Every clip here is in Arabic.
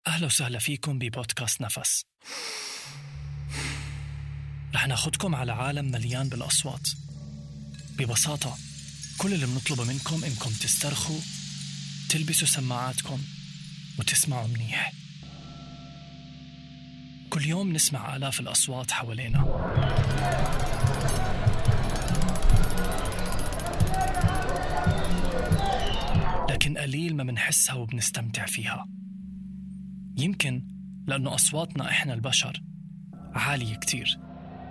أهلا وسهلا فيكم ببودكاست نفس. رح ناخدكم على عالم مليان بالأصوات. ببساطة كل اللي بنطلبه منكم إنكم تسترخوا، تلبسوا سماعاتكم وتسمعوا منيح. كل يوم نسمع آلاف الأصوات حوالينا، لكن قليل ما منحسها وبنستمتع فيها. يمكن لأنه أصواتنا إحنا البشر عالية كتير.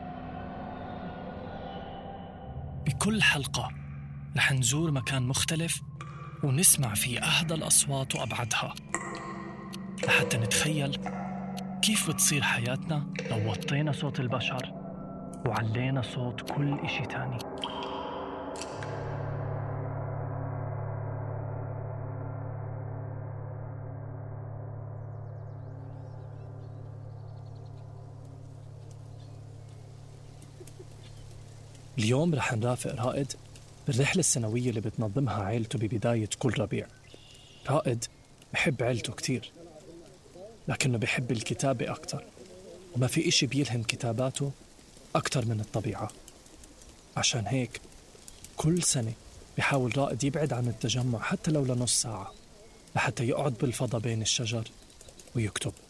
بكل حلقة رح نزور مكان مختلف ونسمع فيه أهدى الأصوات وأبعدها، لحتى نتخيل كيف بتصير حياتنا لو وطينا صوت البشر وعلينا صوت كل إشي تاني. اليوم رح نرافق رائد بالرحلة السنوية اللي بتنظمها عائلته ببداية كل ربيع. رائد بحب عائلته كتير، لكنه بحب الكتابة أكتر، وما في إشي بيلهم كتاباته أكتر من الطبيعة. عشان هيك كل سنة بيحاول رائد يبعد عن التجمع حتى لو لنص ساعة، لحتى يقعد بالفضاء بين الشجر ويكتب.